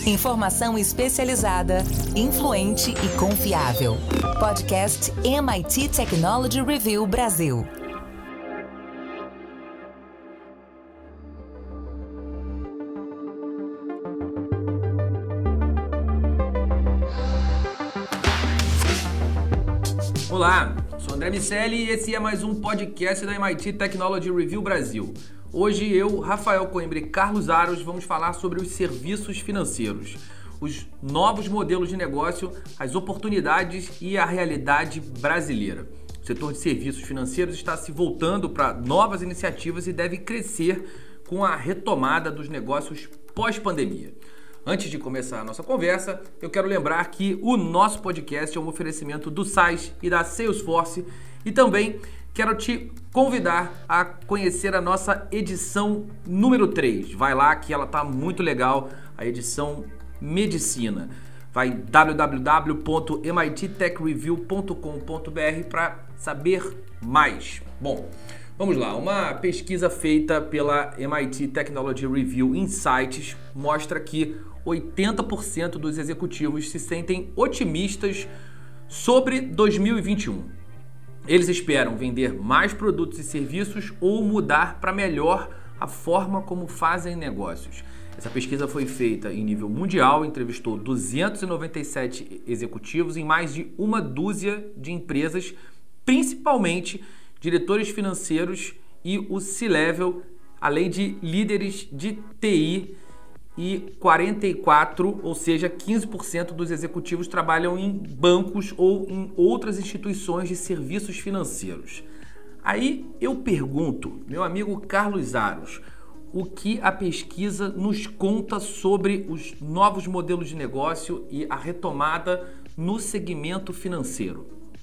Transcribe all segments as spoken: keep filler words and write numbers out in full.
Informação especializada, influente e confiável. Podcast M I T Technology Review Brasil. Olá, sou André Miceli e esse é mais um podcast da M I T Technology Review Brasil. Hoje eu, Rafael Coimbra e Carlos Aros vamos falar sobre os serviços financeiros, os novos modelos de negócio, as oportunidades e a realidade brasileira. O setor de serviços financeiros está se voltando para novas iniciativas e deve crescer com a retomada dos negócios pós-pandemia. Antes de começar a nossa conversa, eu quero lembrar que o nosso podcast é um oferecimento do S A I S e da Salesforce e também quero te convidar a conhecer a nossa edição número três. Vai lá que ela tá muito legal, a edição Medicina. Vai em w w w ponto m i t tech review ponto com ponto b r para saber mais. Bom, vamos lá. Uma pesquisa feita pela M I T Technology Review Insights mostra que oitenta por cento dos executivos se sentem otimistas sobre dois mil e vinte e um. Eles esperam vender mais produtos e serviços ou mudar para melhor a forma como fazem negócios. Essa pesquisa foi feita em nível mundial, entrevistou duzentos e noventa e sete executivos em mais de uma dúzia de empresas, principalmente diretores financeiros e o C-Level, além de líderes de T I, e quarenta e quatro, ou seja, quinze por cento dos executivos trabalham em bancos ou em outras instituições de serviços financeiros. Aí eu pergunto, meu amigo Carlos Aros, o que a pesquisa nos conta sobre os novos modelos de negócio e a retomada no segmento financeiro?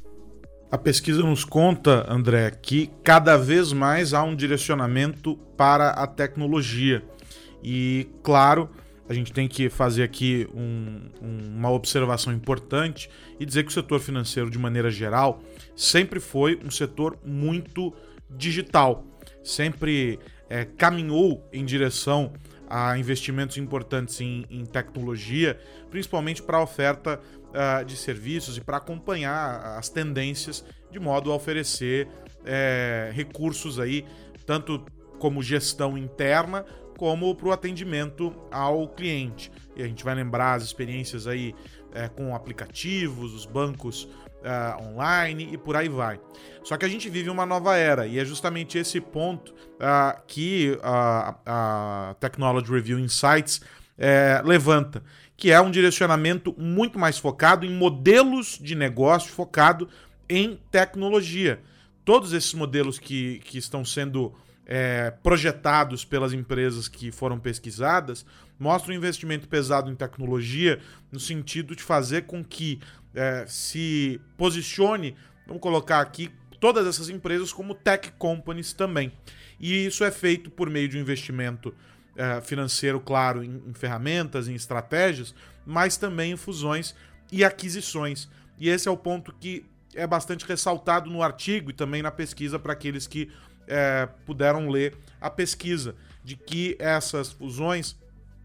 A pesquisa nos conta, André, que cada vez mais há um direcionamento para a tecnologia. E, claro, a gente tem que fazer aqui um, uma observação importante e dizer que o setor financeiro, de maneira geral, sempre foi um setor muito digital. Sempre é, caminhou em direção a investimentos importantes em, em tecnologia, principalmente para a oferta uh, de serviços e para acompanhar as tendências, de modo a oferecer é, recursos aí, tanto como gestão interna, como para o atendimento ao cliente. E a gente vai lembrar as experiências aí é, com aplicativos, os bancos é, online e por aí vai. Só que a gente vive uma nova era e é justamente esse ponto é, que a, a Technology Review Insights é, levanta, que é um direcionamento muito mais focado em modelos de negócio, focado em tecnologia. Todos esses modelos que, que estão sendo É, projetados pelas empresas que foram pesquisadas, mostram um investimento pesado em tecnologia no sentido de fazer com que é, se posicione, vamos colocar aqui, todas essas empresas como tech companies também. E isso é feito por meio de um investimento é, financeiro, claro, em, em ferramentas, em estratégias, mas também em fusões e aquisições. E esse é o ponto que é bastante ressaltado no artigo e também na pesquisa para aqueles que É, puderam ler a pesquisa, de que essas fusões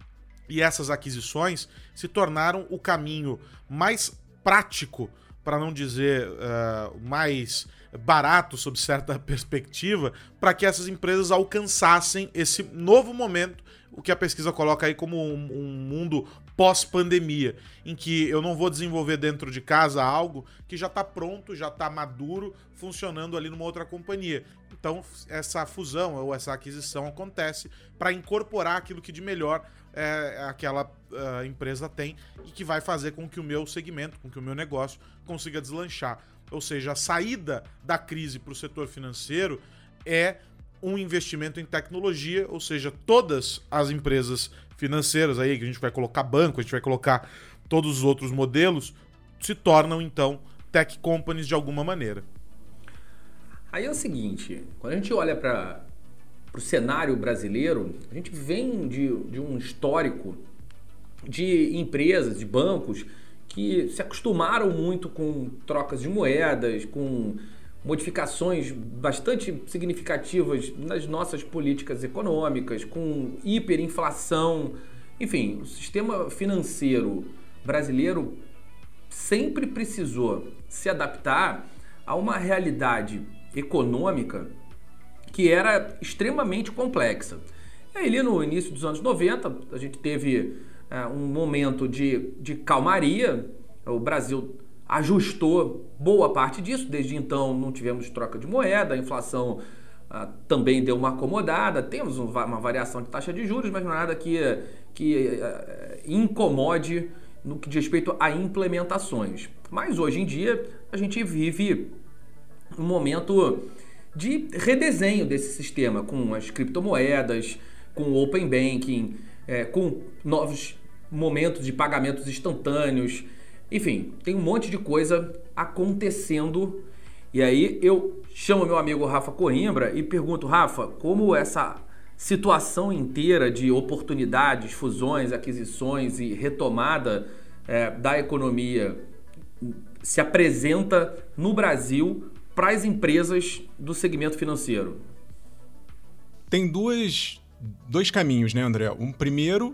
e essas aquisições se tornaram o caminho mais prático, para não dizer uh, mais barato sob certa perspectiva, para que essas empresas alcançassem esse novo momento, o que a pesquisa coloca aí como um, um mundo pós-pandemia, em que eu não vou desenvolver dentro de casa algo que já está pronto, já está maduro, funcionando ali numa outra companhia. Então, essa fusão ou essa aquisição acontece para incorporar aquilo que de melhor é, aquela uh, empresa tem e que vai fazer com que o meu segmento, com que o meu negócio consiga deslanchar. Ou seja, a saída da crise para o setor financeiro é um investimento em tecnologia, ou seja, todas as empresas financeiras aí, que a gente vai colocar banco, a gente vai colocar todos os outros modelos, se tornam então tech companies de alguma maneira. Aí é o seguinte, quando a gente olha para o cenário brasileiro, a gente vem de, de um histórico de empresas, de bancos, que se acostumaram muito com trocas de moedas, com modificações bastante significativas nas nossas políticas econômicas, com hiperinflação, Enfim, o sistema financeiro brasileiro sempre precisou se adaptar a uma realidade econômica que era extremamente complexa. E aí, ali no início dos anos noventa, a gente teve é, um momento de, de calmaria. O Brasil ajustou boa parte disso. Desde então não tivemos troca de moeda, a inflação ah, também deu uma acomodada. Temos um, uma variação de taxa de juros, mas não é nada que, que uh, incomode no que diz respeito a implementações. Mas hoje em dia a gente vive um momento de redesenho desse sistema, com as criptomoedas, com o Open Banking, é, com novos momentos de pagamentos instantâneos. Enfim, tem um monte de coisa acontecendo. E aí eu chamo meu amigo Rafa Coimbra e pergunto, Rafa, como essa situação inteira de oportunidades, fusões, aquisições e retomada é, da economia se apresenta no Brasil para as empresas do segmento financeiro? Tem duas, dois caminhos, né, André? Um primeiro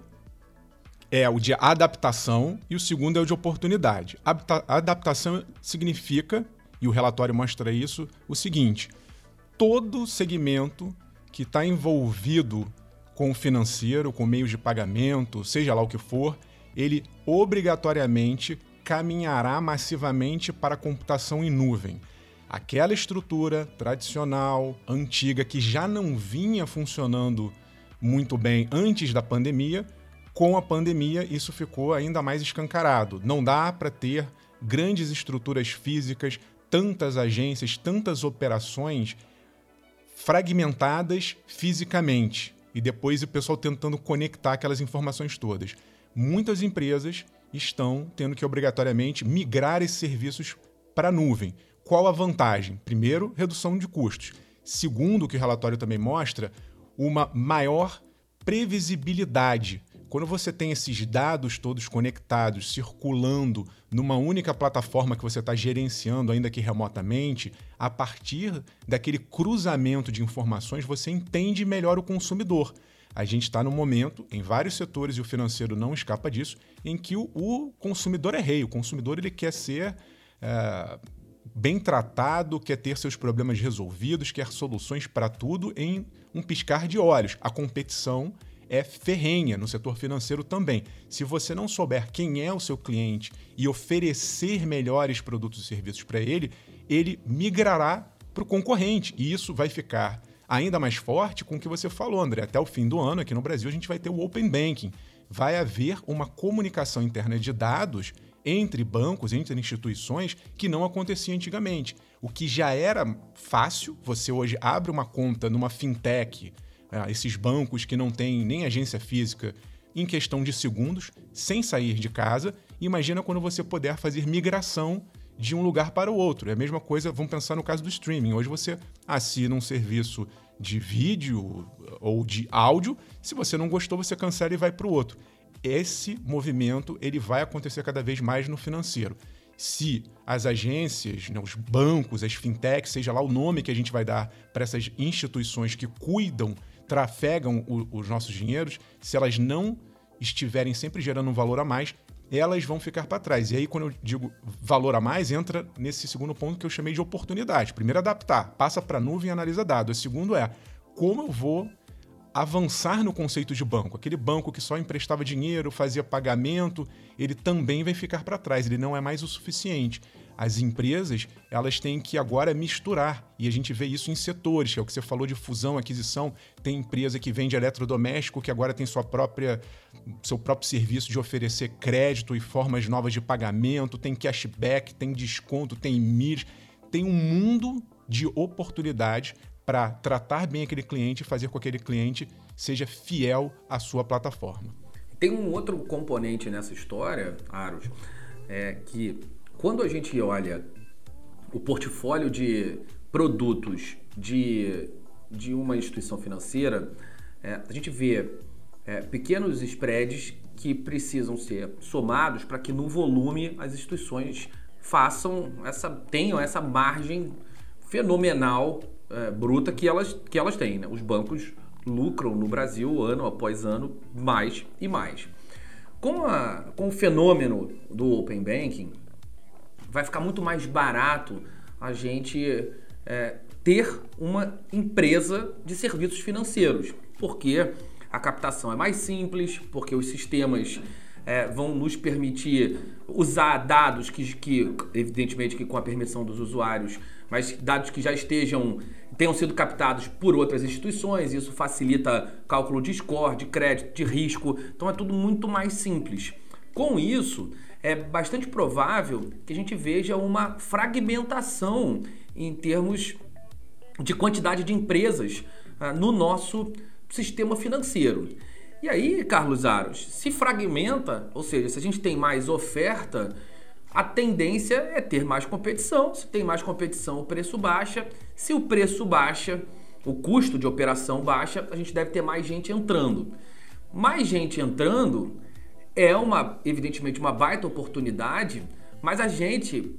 é o de adaptação e o segundo é o de oportunidade. A adaptação significa, e o relatório mostra isso, o seguinte: todo segmento que está envolvido com o financeiro, com meios de pagamento, seja lá o que for, ele obrigatoriamente caminhará massivamente para a computação em nuvem. Aquela estrutura tradicional, antiga, que já não vinha funcionando muito bem antes da pandemia, com a pandemia isso ficou ainda mais escancarado. Não dá para ter grandes estruturas físicas, tantas agências, tantas operações fragmentadas fisicamente e depois o pessoal tentando conectar aquelas informações todas. Muitas empresas estão tendo que obrigatoriamente migrar esses serviços para a nuvem. Qual a vantagem? Primeiro, redução de custos. Segundo, o que o relatório também mostra, uma maior previsibilidade. Quando você tem esses dados todos conectados, circulando numa única plataforma que você está gerenciando, ainda que remotamente, a partir daquele cruzamento de informações, você entende melhor o consumidor. A gente está num momento, em vários setores, e o financeiro não escapa disso, em que o, o consumidor é rei. O consumidor ele quer ser é, bem tratado, quer ter seus problemas resolvidos, quer soluções para tudo em um piscar de olhos. A competição é ferrenha no setor financeiro também. Se você não souber quem é o seu cliente e oferecer melhores produtos e serviços para ele, ele migrará para o concorrente. E isso vai ficar ainda mais forte com o que você falou, André. Até o fim do ano, aqui no Brasil, a gente vai ter o Open Banking. Vai haver uma comunicação interna de dados entre bancos, entre instituições, que não acontecia antigamente. O que já era fácil, você hoje abre uma conta numa fintech, esses bancos que não têm nem agência física, em questão de segundos, sem sair de casa. Imagina quando você puder fazer migração de um lugar para o outro. É a mesma coisa, vamos pensar no caso do streaming. Hoje você assina um serviço de vídeo ou de áudio. Se você não gostou, você cancela e vai para o outro. Esse movimento ele vai acontecer cada vez mais no financeiro. Se as agências, né, os bancos, as fintechs, seja lá o nome que a gente vai dar para essas instituições que cuidam, trafegam o, os nossos dinheiros, se elas não estiverem sempre gerando um valor a mais, elas vão ficar para trás. E aí, quando eu digo valor a mais, entra nesse segundo ponto que eu chamei de oportunidade. Primeiro, adaptar. Passa para a nuvem e analisa dados. O segundo é como eu vou avançar no conceito de banco. Aquele banco que só emprestava dinheiro, fazia pagamento, ele também vai ficar para trás. Ele não é mais o suficiente. As empresas, elas têm que agora misturar. E a gente vê isso em setores, que é o que você falou de fusão, aquisição. Tem empresa que vende eletrodoméstico, que agora tem sua própria, seu próprio serviço de oferecer crédito e formas novas de pagamento. Tem cashback, tem desconto, tem milhas. Tem um mundo de oportunidades para tratar bem aquele cliente e fazer com que aquele cliente seja fiel à sua plataforma. Tem um outro componente nessa história, Aros, é que quando a gente olha o portfólio de produtos de, de uma instituição financeira, é, a gente vê é, pequenos spreads que precisam ser somados para que no volume as instituições façam essa, tenham essa margem fenomenal É, bruta que elas, que elas têm, né? Os bancos lucram no Brasil ano após ano mais e mais. Com, a, com o fenômeno do Open Banking, vai ficar muito mais barato a gente é, ter uma empresa de serviços financeiros, porque a captação é mais simples, porque os sistemas é, vão nos permitir usar dados que, que, evidentemente, que com a permissão dos usuários, mas dados que já estejam, tenham sido captados por outras instituições, isso facilita cálculo de score, de crédito, de risco, então é tudo muito mais simples. Com isso, é bastante provável que a gente veja uma fragmentação em termos de quantidade de empresas ah, no nosso sistema financeiro. E aí, Carlos Aros, se fragmenta, ou seja, se a gente tem mais oferta, a tendência é ter mais competição. Se tem mais competição, o preço baixa. Se o preço baixa, o custo de operação baixa, a gente deve ter mais gente entrando. Mais gente entrando é, uma, evidentemente, uma baita oportunidade, mas a gente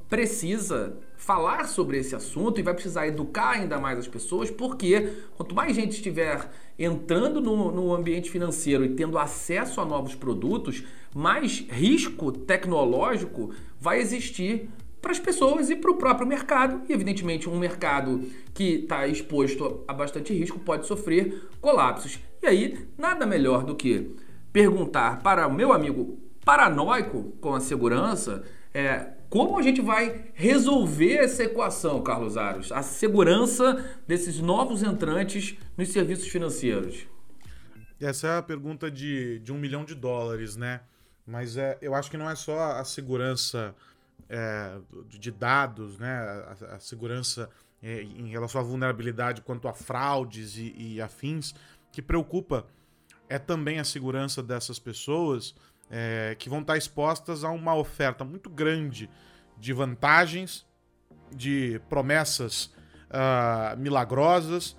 precisa falar sobre esse assunto e vai precisar educar ainda mais as pessoas, porque quanto mais gente estiver entrando no, no ambiente financeiro e tendo acesso a novos produtos, mais risco tecnológico vai existir para as pessoas e para o próprio mercado. E, evidentemente, um mercado que está exposto a bastante risco pode sofrer colapsos. E aí, nada melhor do que perguntar para o meu amigo paranoico com a segurança é, como a gente vai resolver essa equação, Carlos Aros, a segurança desses novos entrantes nos serviços financeiros. Essa é a pergunta de, de um milhão de dólares, né? Mas é, eu acho que não é só a segurança é, de dados, né? A, a segurança é, em relação à vulnerabilidade quanto a fraudes e, e afins que preocupa. É também a segurança dessas pessoas é, que vão estar expostas a uma oferta muito grande de vantagens, de promessas uh, milagrosas,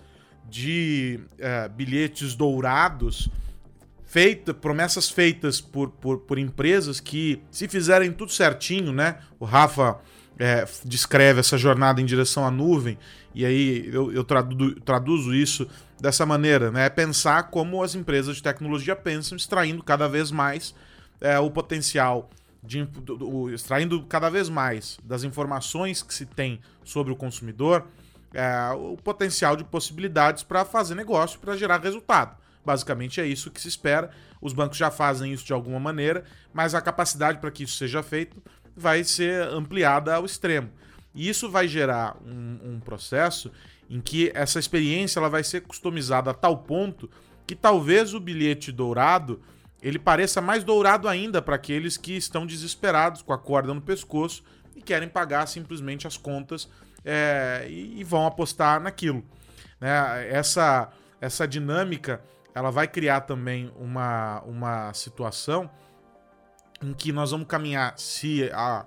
de uh, bilhetes dourados, feita, promessas feitas por, por, por empresas que, se fizerem tudo certinho, né? O Rafa é, descreve essa jornada em direção à nuvem, e aí eu, eu tradu, traduzo isso dessa maneira, né? É pensar como as empresas de tecnologia pensam, extraindo cada vez mais é, o potencial, de, do, do, extraindo cada vez mais das informações que se tem sobre o consumidor, é, o potencial de possibilidades para fazer negócio, para gerar resultado. Basicamente é isso que se espera. Os bancos já fazem isso de alguma maneira, mas a capacidade para que isso seja feito vai ser ampliada ao extremo. E isso vai gerar um, um processo em que essa experiência ela vai ser customizada a tal ponto que talvez o bilhete dourado ele pareça mais dourado ainda para aqueles que estão desesperados com a corda no pescoço e querem pagar simplesmente as contas é, e, e vão apostar naquilo. Né? Essa, essa dinâmica ela vai criar também uma, uma situação em que nós vamos caminhar, se a,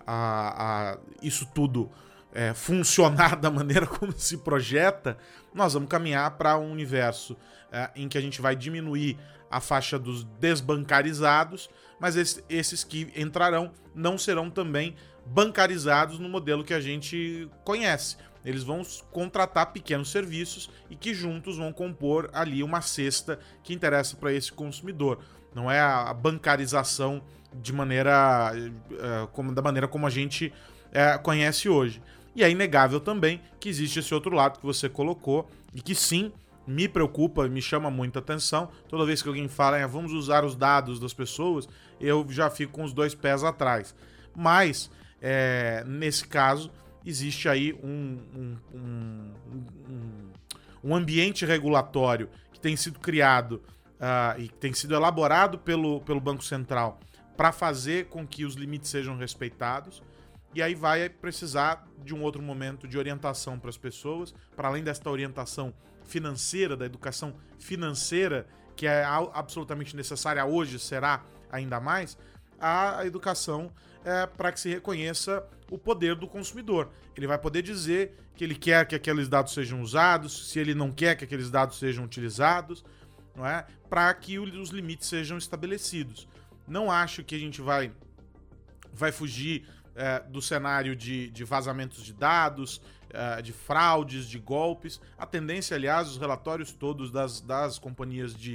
a, a, isso tudo é, funcionar da maneira como se projeta, nós vamos caminhar para um universo é, em que a gente vai diminuir a faixa dos desbancarizados, mas esses, esses que entrarão não serão também bancarizados no modelo que a gente conhece. Eles vão contratar pequenos serviços e que juntos vão compor ali uma cesta que interessa para esse consumidor. Não é a bancarização de maneira, uh, como, da maneira como a gente uh, conhece hoje. E é inegável também que existe esse outro lado que você colocou e que sim, me preocupa, me chama muita atenção. Toda vez que alguém fala, é, vamos usar os dados das pessoas, eu já fico com os dois pés atrás. Mas, é, nesse caso, existe aí um, um, um, um, um ambiente regulatório que tem sido criado uh, e que tem sido elaborado pelo, pelo Banco Central para fazer com que os limites sejam respeitados. E aí vai precisar de um outro momento de orientação para as pessoas, para além desta orientação financeira, da educação financeira, que é absolutamente necessária hoje, será ainda mais, a educação é, para que se reconheça o poder do consumidor. Ele vai poder dizer que ele quer que aqueles dados sejam usados, se ele não quer que aqueles dados sejam utilizados, não é? Para que os limites sejam estabelecidos. Não acho que a gente vai, vai fugir é, do cenário de, de vazamentos de dados, é, de fraudes, de golpes. A tendência, aliás, os relatórios todos das, das companhias de,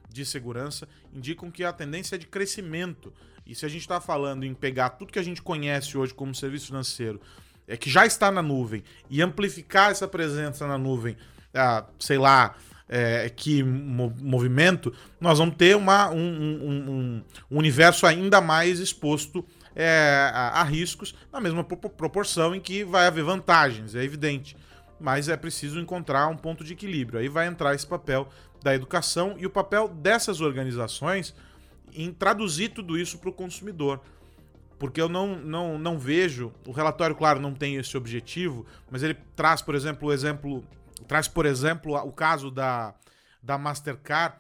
de segurança indicam que a tendência é de crescimento. E se a gente está falando em pegar tudo que a gente conhece hoje como serviço financeiro, é que já está na nuvem, e amplificar essa presença na nuvem, ah, sei lá, é, que movimento, nós vamos ter uma, um, um, um, um universo ainda mais exposto é, a, a riscos, na mesma proporção em que vai haver vantagens, é evidente. Mas é preciso encontrar um ponto de equilíbrio. Aí vai entrar esse papel da educação e o papel dessas organizações em traduzir tudo isso para o consumidor. Porque eu não, não, não vejo, o relatório, claro, não tem esse objetivo, mas ele traz, por exemplo, o exemplo, traz, por exemplo, o caso da, da Mastercard,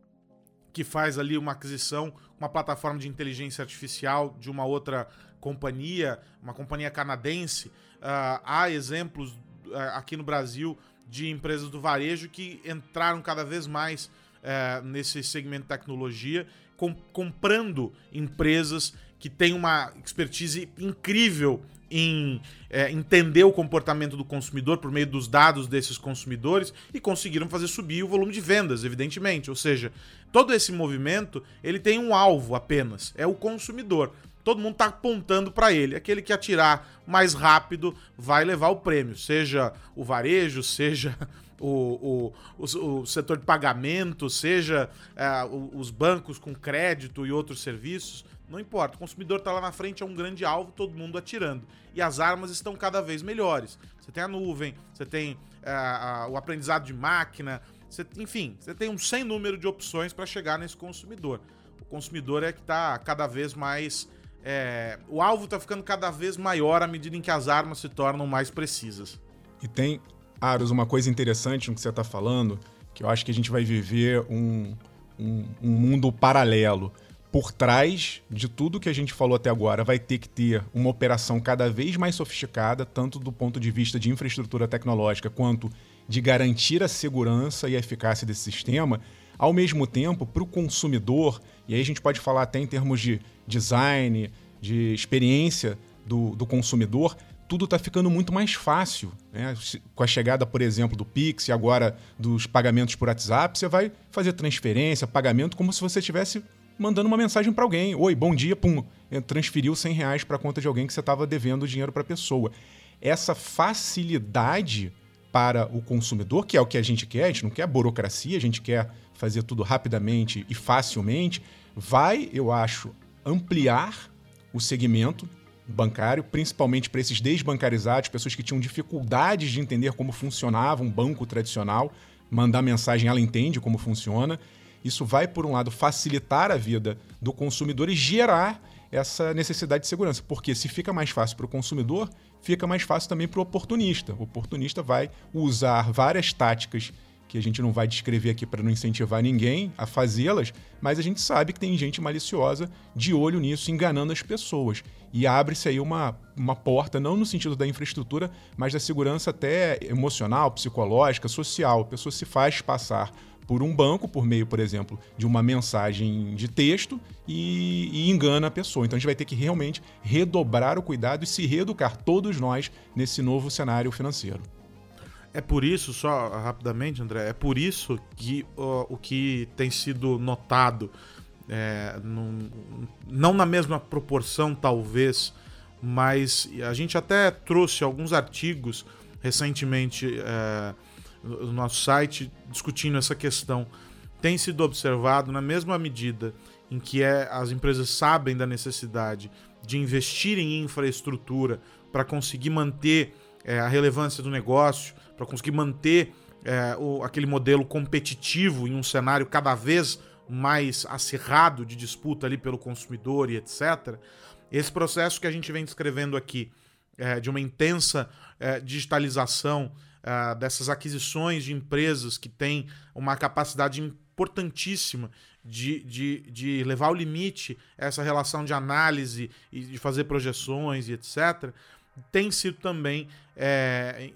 que faz ali uma aquisição, uma plataforma de inteligência artificial de uma outra companhia, uma companhia canadense. Uh, há exemplos uh, aqui no Brasil de empresas do varejo que entraram cada vez mais uh, nesse segmento de tecnologia, com, comprando empresas que têm uma expertise incrível em é, entender o comportamento do consumidor por meio dos dados desses consumidores e conseguiram fazer subir o volume de vendas, evidentemente. Ou seja, todo esse movimento ele tem um alvo apenas, é o consumidor. Todo mundo está apontando para ele. Aquele que atirar mais rápido vai levar o prêmio, seja o varejo, seja o, o, o, o setor de pagamento, seja é, os bancos com crédito e outros serviços. Não importa, o consumidor está lá na frente, é um grande alvo, todo mundo atirando. E as armas estão cada vez melhores. Você tem a nuvem, você tem uh, uh, o aprendizado de máquina, você, enfim, você tem um sem número de opções para chegar nesse consumidor. O consumidor é que está cada vez mais... É, o alvo está ficando cada vez maior à medida em que as armas se tornam mais precisas. E tem, Aros, uma coisa interessante no que você está falando, que eu acho que a gente vai viver um, um, um mundo paralelo. Por trás de tudo que a gente falou até agora, vai ter que ter uma operação cada vez mais sofisticada, tanto do ponto de vista de infraestrutura tecnológica, quanto de garantir a segurança e a eficácia desse sistema. Ao mesmo tempo, para o consumidor, e aí a gente pode falar até em termos de design, de experiência do, do consumidor, tudo está ficando muito mais fácil, né? Com a chegada, por exemplo, do Pix e agora dos pagamentos por WhatsApp, você vai fazer transferência, pagamento, como se você tivesse mandando uma mensagem para alguém. Oi, bom dia, pum, transferiu cem reais para a conta de alguém que você estava devendo dinheiro para a pessoa. Essa facilidade para o consumidor, que é o que a gente quer, a gente não quer burocracia, a gente quer fazer tudo rapidamente e facilmente, vai, eu acho, ampliar o segmento bancário, principalmente para esses desbancarizados, pessoas que tinham dificuldades de entender como funcionava um banco tradicional, mandar mensagem, ela entende como funciona. Isso vai, por um lado, facilitar a vida do consumidor e gerar essa necessidade de segurança. Porque se fica mais fácil para o consumidor, fica mais fácil também para o oportunista. O oportunista vai usar várias táticas que a gente não vai descrever aqui para não incentivar ninguém a fazê-las, mas a gente sabe que tem gente maliciosa de olho nisso, enganando as pessoas. E abre-se aí uma, uma porta, não no sentido da infraestrutura, mas da segurança até emocional, psicológica, social. A pessoa se faz passar por um banco, por meio, por exemplo, de uma mensagem de texto e, e engana a pessoa. Então a gente vai ter que realmente redobrar o cuidado e se reeducar, todos nós, nesse novo cenário financeiro. É por isso, só rapidamente, André, é por isso que ó, o que tem sido notado, é, num, não na mesma proporção talvez, mas a gente até trouxe alguns artigos recentemente é, no nosso site discutindo essa questão. Tem sido observado, na mesma medida em que é, as empresas sabem da necessidade de investir em infraestrutura para conseguir manter é, a relevância do negócio, para conseguir manter é, o, aquele modelo competitivo em um cenário cada vez mais acirrado de disputa ali pelo consumidor e etcétera. Esse processo que a gente vem descrevendo aqui, é, de uma intensa é, digitalização Uh, dessas aquisições de empresas que têm uma capacidade importantíssima de, de, de levar ao limite essa relação de análise e de fazer projeções e etcétera, tem sido também é,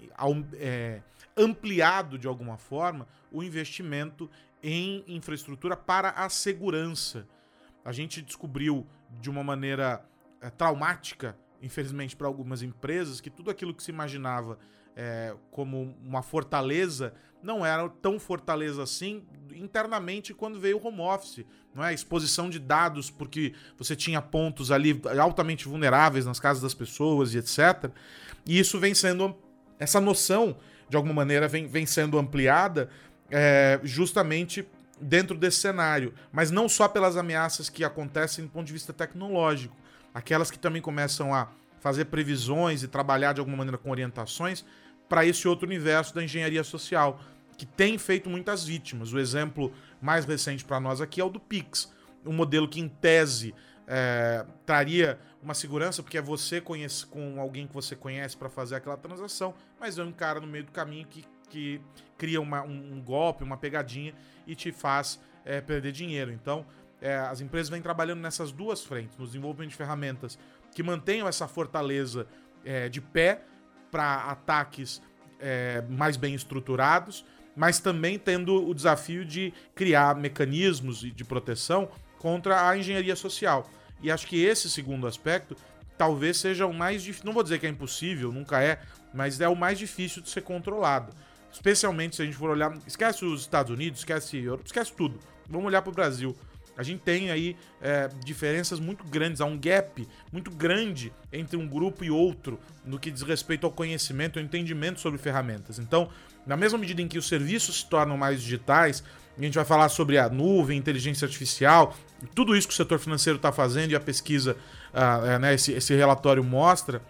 é, ampliado de alguma forma o investimento em infraestrutura para a segurança. A gente descobriu de uma maneira é, traumática, infelizmente para algumas empresas, que tudo aquilo que se imaginava é, como uma fortaleza, não era tão fortaleza assim internamente quando veio o home office, não é? A exposição de dados, porque você tinha pontos ali altamente vulneráveis nas casas das pessoas e etcétera. E isso vem sendo, essa noção, de alguma maneira, vem, vem sendo ampliada é, justamente dentro desse cenário. Mas não só pelas ameaças que acontecem do ponto de vista tecnológico, aquelas que também começam a fazer previsões e trabalhar de alguma maneira com orientações para esse outro universo da engenharia social, que tem feito muitas vítimas. O exemplo mais recente para nós aqui é o do Pix, um modelo que, em tese, é, traria uma segurança, porque é você conhece, com alguém que você conhece para fazer aquela transação, mas é um cara no meio do caminho que, que cria uma, um, um golpe, uma pegadinha e te faz é, perder dinheiro. Então, é, as empresas vêm trabalhando nessas duas frentes, no desenvolvimento de ferramentas que mantenham essa fortaleza é, de pé para ataques é, mais bem estruturados, mas também tendo o desafio de criar mecanismos de proteção contra a engenharia social. E acho que esse segundo aspecto talvez seja o mais difícil, não vou dizer que é impossível, nunca é, mas é o mais difícil de ser controlado. Especialmente se a gente for olhar, esquece os Estados Unidos, esquece Europa, esquece tudo. Vamos olhar para o Brasil. A gente tem aí é, diferenças muito grandes, há um gap muito grande entre um grupo e outro no que diz respeito ao conhecimento, ao entendimento sobre ferramentas. Então, na mesma medida em que os serviços se tornam mais digitais, a gente vai falar sobre a nuvem, inteligência artificial, tudo isso que o setor financeiro está fazendo e a pesquisa, uh, é, né, esse, esse relatório mostra,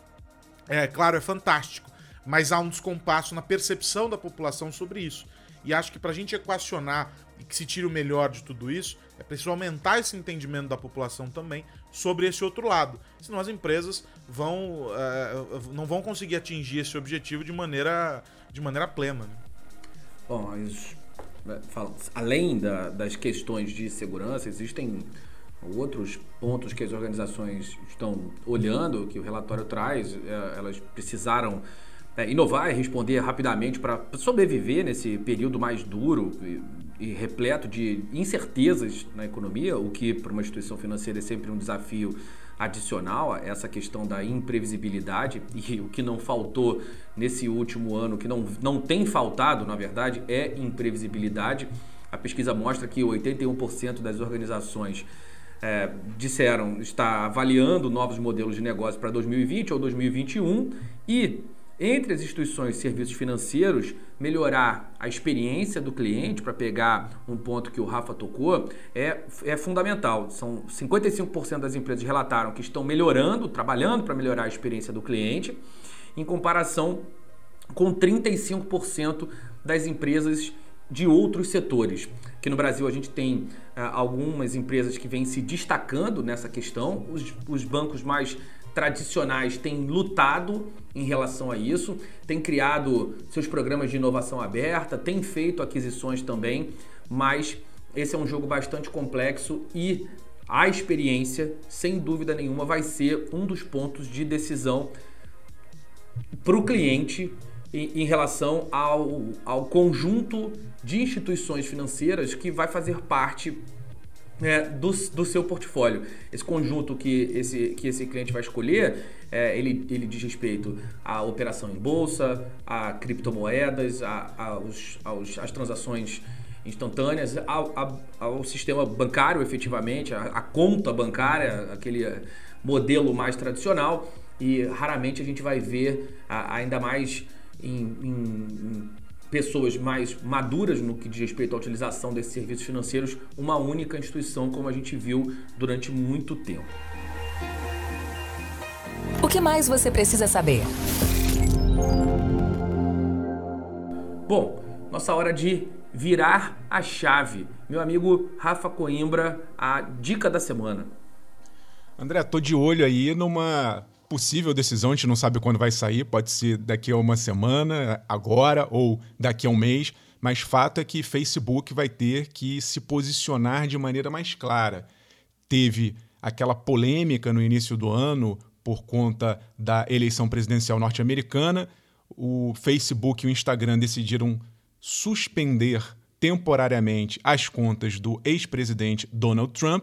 é claro, é fantástico, mas há um descompasso na percepção da população sobre isso. E acho que para a gente equacionar e que se tire o melhor de tudo isso, é preciso aumentar esse entendimento da população também sobre esse outro lado. Senão as empresas vão, uh, não vão conseguir atingir esse objetivo de maneira, de maneira plena. Né? Bom, mas, além da, das questões de segurança, existem outros pontos que as organizações estão olhando, que o relatório traz. Elas precisaram É, inovar e responder rapidamente para sobreviver nesse período mais duro e, e repleto de incertezas na economia, o que para uma instituição financeira é sempre um desafio adicional, essa questão da imprevisibilidade, e o que não faltou nesse último ano, que não, não tem faltado, na verdade, é imprevisibilidade. A pesquisa mostra que oitenta e um por cento das organizações É, disseram estar avaliando novos modelos de negócio para dois mil e vinte ou dois mil e vinte e um, e entre as instituições de serviços financeiros, melhorar a experiência do cliente, para pegar um ponto que o Rafa tocou, é, é fundamental. São cinquenta e cinco por cento das empresas relataram que estão melhorando, trabalhando para melhorar a experiência do cliente, em comparação com trinta e cinco por cento das empresas de outros setores. Aqui no Brasil a gente tem ah, algumas empresas que vêm se destacando nessa questão. Os, os bancos mais tradicionais têm lutado em relação a isso, têm criado seus programas de inovação aberta, têm feito aquisições também, mas esse é um jogo bastante complexo e a experiência, sem dúvida nenhuma, vai ser um dos pontos de decisão para o cliente em, em relação ao, ao conjunto de instituições financeiras que vai fazer parte É, do, do seu portfólio. Esse conjunto que esse, que esse cliente vai escolher, é, ele, ele diz respeito à operação em bolsa, a criptomoedas, a, a, os, aos, às transações instantâneas, ao, ao, ao sistema bancário, efetivamente, a, a conta bancária, aquele modelo mais tradicional, e raramente a gente vai ver, a, ainda mais em, em, em pessoas mais maduras no que diz respeito à utilização desses serviços financeiros, uma única instituição, como a gente viu durante muito tempo. O que mais você precisa saber? Bom, nossa hora de virar a chave. Meu amigo Rafa Coimbra, a dica da semana. André, tô de olho aí numa possível decisão, a gente não sabe quando vai sair, pode ser daqui a uma semana, agora ou daqui a um mês, mas fato é que Facebook vai ter que se posicionar de maneira mais clara. Teve aquela polêmica no início do ano por conta da eleição presidencial norte-americana, o Facebook e o Instagram decidiram suspender temporariamente as contas do ex-presidente Donald Trump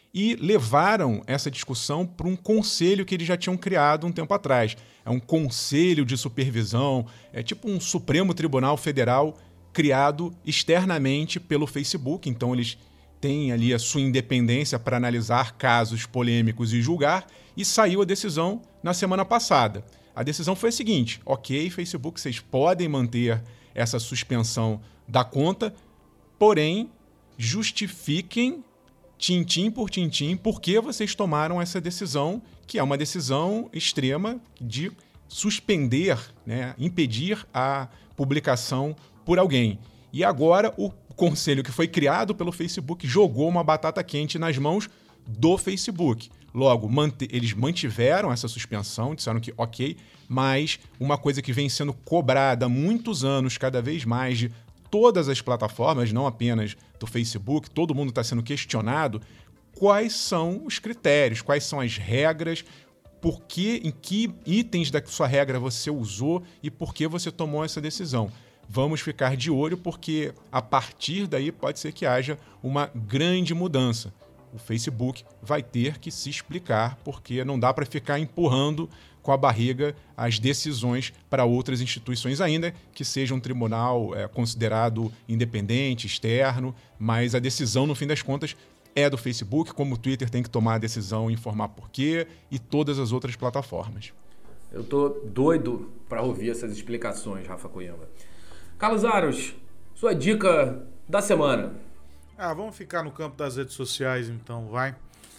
e levaram essa discussão para um conselho que eles já tinham criado um tempo atrás. É um conselho de supervisão, é tipo um Supremo Tribunal Federal criado externamente pelo Facebook. Então eles têm ali a sua independência para analisar casos polêmicos e julgar, e saiu a decisão na semana passada. A decisão foi a seguinte: ok, Facebook, vocês podem manter essa suspensão da conta, porém justifiquem tintim por tintim por que vocês tomaram essa decisão, que é uma decisão extrema de suspender, né, impedir a publicação por alguém. E agora o conselho que foi criado pelo Facebook jogou uma batata quente nas mãos do Facebook. Logo, mante- eles mantiveram essa suspensão, disseram que ok, mas uma coisa que vem sendo cobrada há muitos anos, cada vez mais, de todas as plataformas, não apenas do Facebook, todo mundo está sendo questionado, quais são os critérios, quais são as regras, por que, em que itens da sua regra você usou e por que você tomou essa decisão. Vamos ficar de olho, porque a partir daí pode ser que haja uma grande mudança. O Facebook vai ter que se explicar, porque não dá para ficar empurrando com a barriga as decisões para outras instituições, ainda que seja um tribunal é, considerado independente, externo, mas a decisão, no fim das contas, é do Facebook, como o Twitter tem que tomar a decisão e informar por quê, e todas as outras plataformas. Eu tô doido para ouvir essas explicações, Rafa Coimbra. Carlos Aros, sua dica da semana. Ah, vamos ficar no campo das redes sociais, então, vai.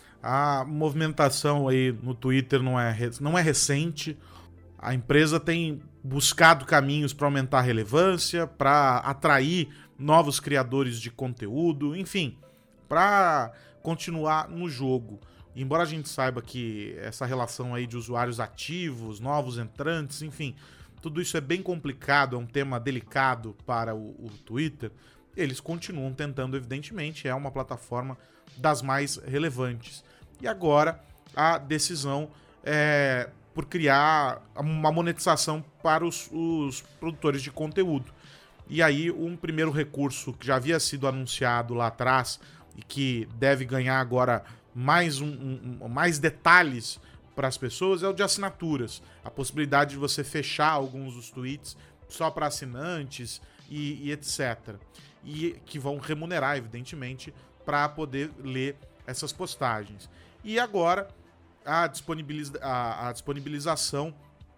A movimentação aí no Twitter não é, não é recente. A empresa tem buscado caminhos para aumentar a relevância, para atrair novos criadores de conteúdo, enfim, para continuar no jogo. Embora a gente saiba que essa relação aí de usuários ativos, novos entrantes, enfim, tudo isso é bem complicado, é um tema delicado para o, o Twitter. Eles continuam tentando, evidentemente, é uma plataforma das mais relevantes. E agora a decisão é por criar uma monetização para os, os produtores de conteúdo. E aí um primeiro recurso que já havia sido anunciado lá atrás e que deve ganhar agora mais, um, um, mais detalhes para as pessoas é o de assinaturas. A possibilidade de você fechar alguns dos tweets só para assinantes e, e etcétera. E que vão remunerar, evidentemente, para poder ler essas postagens. E agora a, disponibiliza a, a disponibilização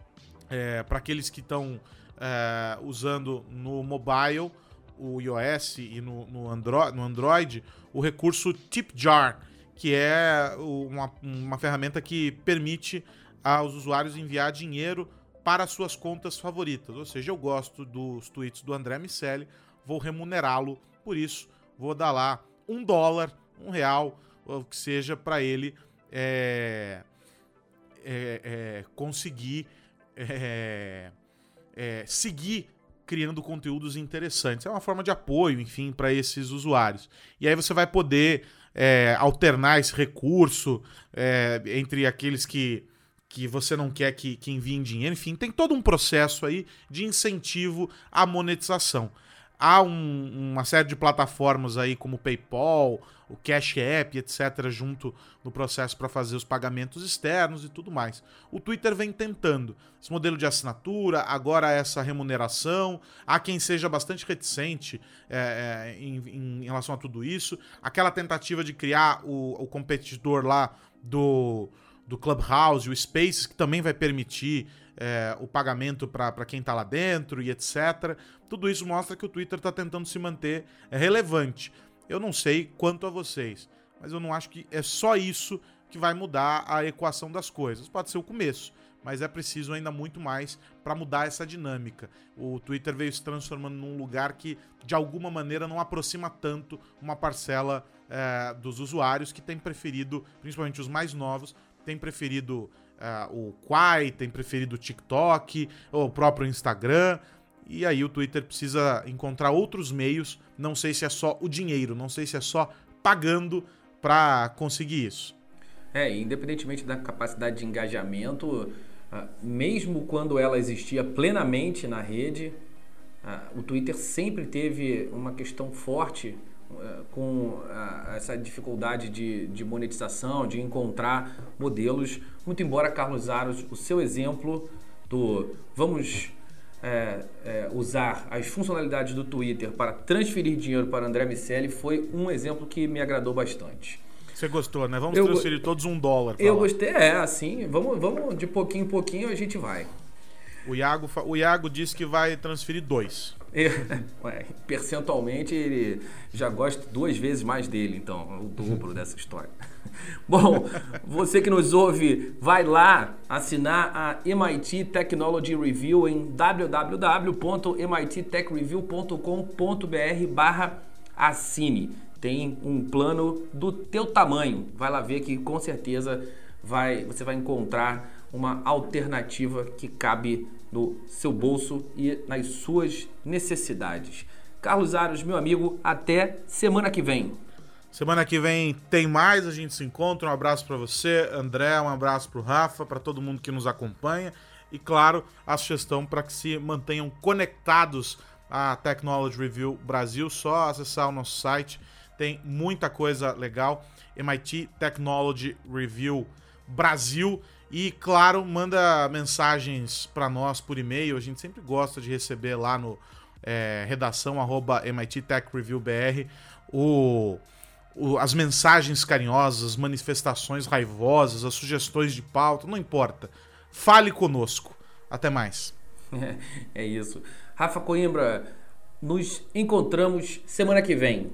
é, para aqueles que estão é, usando no mobile, o iOS e no, no, Andro no Android, o recurso TipJar, que é uma, uma ferramenta que permite aos usuários enviar dinheiro para suas contas favoritas. Ou seja, eu gosto dos tweets do André Miceli, vou remunerá-lo por isso, vou dar lá um dólar, um real, ou que seja, para ele é, é, é, conseguir é, é, seguir criando conteúdos interessantes. É uma forma de apoio, enfim, para esses usuários. E aí você vai poder é, alternar esse recurso é, entre aqueles que que você não quer que, que enviem dinheiro. Enfim, tem todo um processo aí de incentivo à monetização. Há um, uma série de plataformas aí como o PayPal, o Cash App, etcétera, junto no processo para fazer os pagamentos externos e tudo mais. O Twitter vem tentando esse modelo de assinatura, agora essa remuneração. Há quem seja bastante reticente é, é, em, em relação a tudo isso. Aquela tentativa de criar o, o competidor lá do, do Clubhouse, o Spaces, que também vai permitir É, o pagamento para quem está lá dentro e etcétera. Tudo isso mostra que o Twitter está tentando se manter relevante. Eu não sei quanto a vocês, mas eu não acho que é só isso que vai mudar a equação das coisas. Pode ser o começo, mas é preciso ainda muito mais para mudar essa dinâmica. O Twitter veio se transformando num lugar que, de alguma maneira, não aproxima tanto uma parcela é, dos usuários que tem preferido, principalmente os mais novos, tem preferido Uh, o Quai, tem preferido o TikTok, ou o próprio Instagram, e aí o Twitter precisa encontrar outros meios, não sei se é só o dinheiro, não sei se é só pagando para conseguir isso. É, independentemente da capacidade de engajamento, uh, mesmo quando ela existia plenamente na rede, uh, o Twitter sempre teve uma questão forte com uh, essa dificuldade de, de monetização, de encontrar modelos. Muito embora, Carlos Aros, o seu exemplo do vamos é, é, usar as funcionalidades do Twitter para transferir dinheiro para André Miceli foi um exemplo que me agradou bastante. Você gostou, né? Vamos eu, transferir todos um dólar. Eu lá. gostei, é, assim, vamos, vamos de pouquinho em pouquinho a gente vai. O Iago, o Iago disse que vai transferir dois. Ué, percentualmente ele já gosta duas vezes mais dele, então, o dobro dessa história. Bom, você que nos ouve, vai lá assinar a M I T Technology Review em w w w ponto m i t tech review ponto com ponto b r barra assine. Tem um plano do teu tamanho. Vai lá ver que com certeza vai, você vai encontrar uma alternativa que cabe no seu bolso e nas suas necessidades. Carlos Aros, meu amigo, até semana que vem. Semana que vem tem mais, a gente se encontra. Um abraço para você, André, um abraço para o Rafa, para todo mundo que nos acompanha. E, claro, a sugestão para que se mantenham conectados à Technology Review Brasil. Só acessar o nosso site, tem muita coisa legal. M I T Technology Review Brasil. E, claro, manda mensagens para nós por e-mail. A gente sempre gosta de receber lá no é, redação arroba M I T Tech Review B R o, o, as mensagens carinhosas, as manifestações raivosas, as sugestões de pauta, não importa. Fale conosco. Até mais. É, é isso. Rafa Coimbra, nos encontramos semana que vem.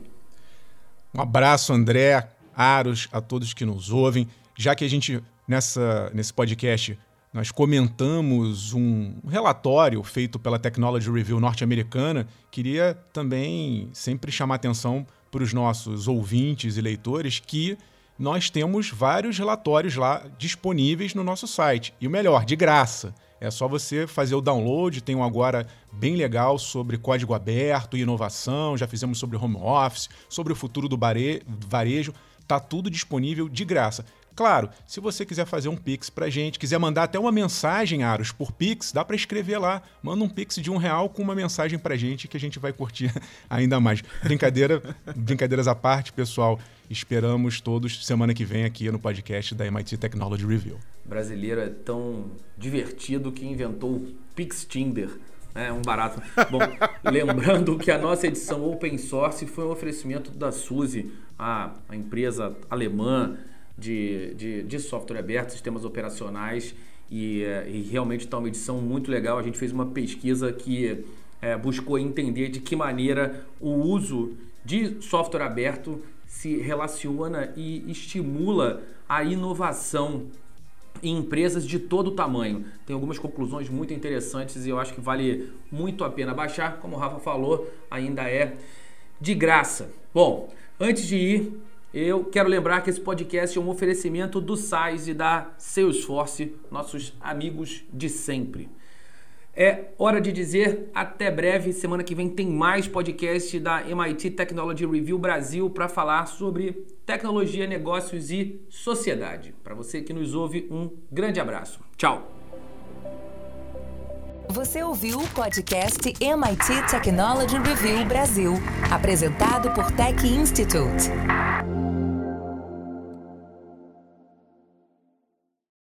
Um abraço, André, Aros, a todos que nos ouvem. Já que a gente... Nessa, nesse podcast, nós comentamos um relatório feito pela Technology Review norte-americana. Queria também sempre chamar atenção para os nossos ouvintes e leitores que nós temos vários relatórios lá disponíveis no nosso site. E o melhor, de graça. É só você fazer o download. Tem um agora bem legal sobre código aberto e inovação. Já fizemos sobre home office, sobre o futuro do varejo. Está tudo disponível de graça. Claro, se você quiser fazer um Pix pra gente, quiser mandar até uma mensagem, Aros, por Pix, dá para escrever lá. Manda um Pix de um real com uma mensagem pra gente que a gente vai curtir ainda mais. Brincadeira, brincadeiras à parte, pessoal. Esperamos todos semana que vem aqui no podcast da M I T Technology Review. O brasileiro é tão divertido que inventou o Pix Tinder. É um barato. Bom, lembrando que a nossa edição Open Source foi um oferecimento da SUSE, a, a empresa alemã De, de, de software aberto, sistemas operacionais, e, e realmente está uma edição muito legal. A gente fez uma pesquisa que é, buscou entender de que maneira o uso de software aberto se relaciona e estimula a inovação em empresas de todo o tamanho. Tem algumas conclusões muito interessantes e eu acho que vale muito a pena baixar. Como o Rafa falou, ainda é de graça. Bom, antes de ir, eu quero lembrar que esse podcast é um oferecimento do S A I S e da Salesforce, nossos amigos de sempre. É hora de dizer até breve. Semana que vem tem mais podcast da M I T Technology Review Brasil para falar sobre tecnologia, negócios e sociedade. Para você que nos ouve, um grande abraço. Tchau! Você ouviu o podcast M I T Technology Review Brasil, apresentado por Tech Institute.